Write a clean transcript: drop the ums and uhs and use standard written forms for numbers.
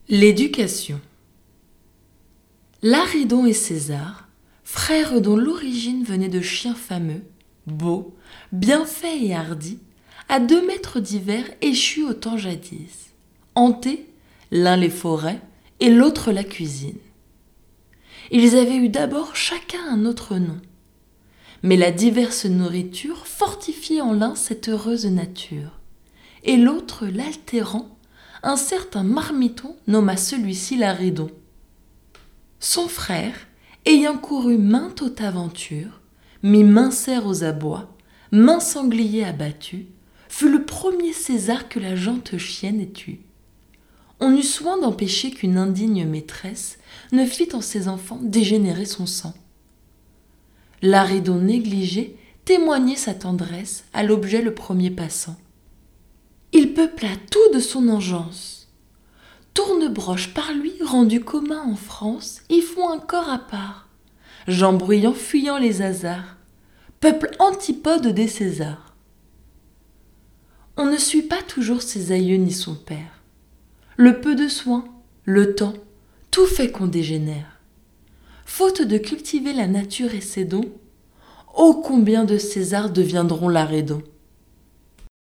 L'éducation. Laridon et César, frères dont l'origine venait de chiens fameux, beaux, bien faits et hardis, à 2 mètres divers échus au temps jadis, hantés, l'un les forêts et l'autre la cuisine. Ils avaient eu d'abord chacun un autre nom, mais la diverse nourriture fortifiait en l'un cette heureuse nature, et l'autre l'altérant, un certain marmiton nomma celui-ci Laridon. Son frère, ayant couru mainte haute aventure, mit maint cerf aux abois, maint sanglier abattu, fut le premier César que la jante chienne ait eu. On eut soin d'empêcher qu'une indigne maîtresse ne fît en ses enfants dégénérer son sang. Laridon négligé témoignait sa tendresse à l'objet le premier passant. Il peupla tout de son engeance. Tournebroche par lui rendu commun en France, y font un corps à part. Jean Bruyant fuyant les hasards, peuple antipode des Césars. On ne suit pas toujours ses aïeux ni son père. Le peu de soins, le temps, tout fait qu'on dégénère. Faute de cultiver la nature et ses dons, ô combien de Césars deviendront Laridon.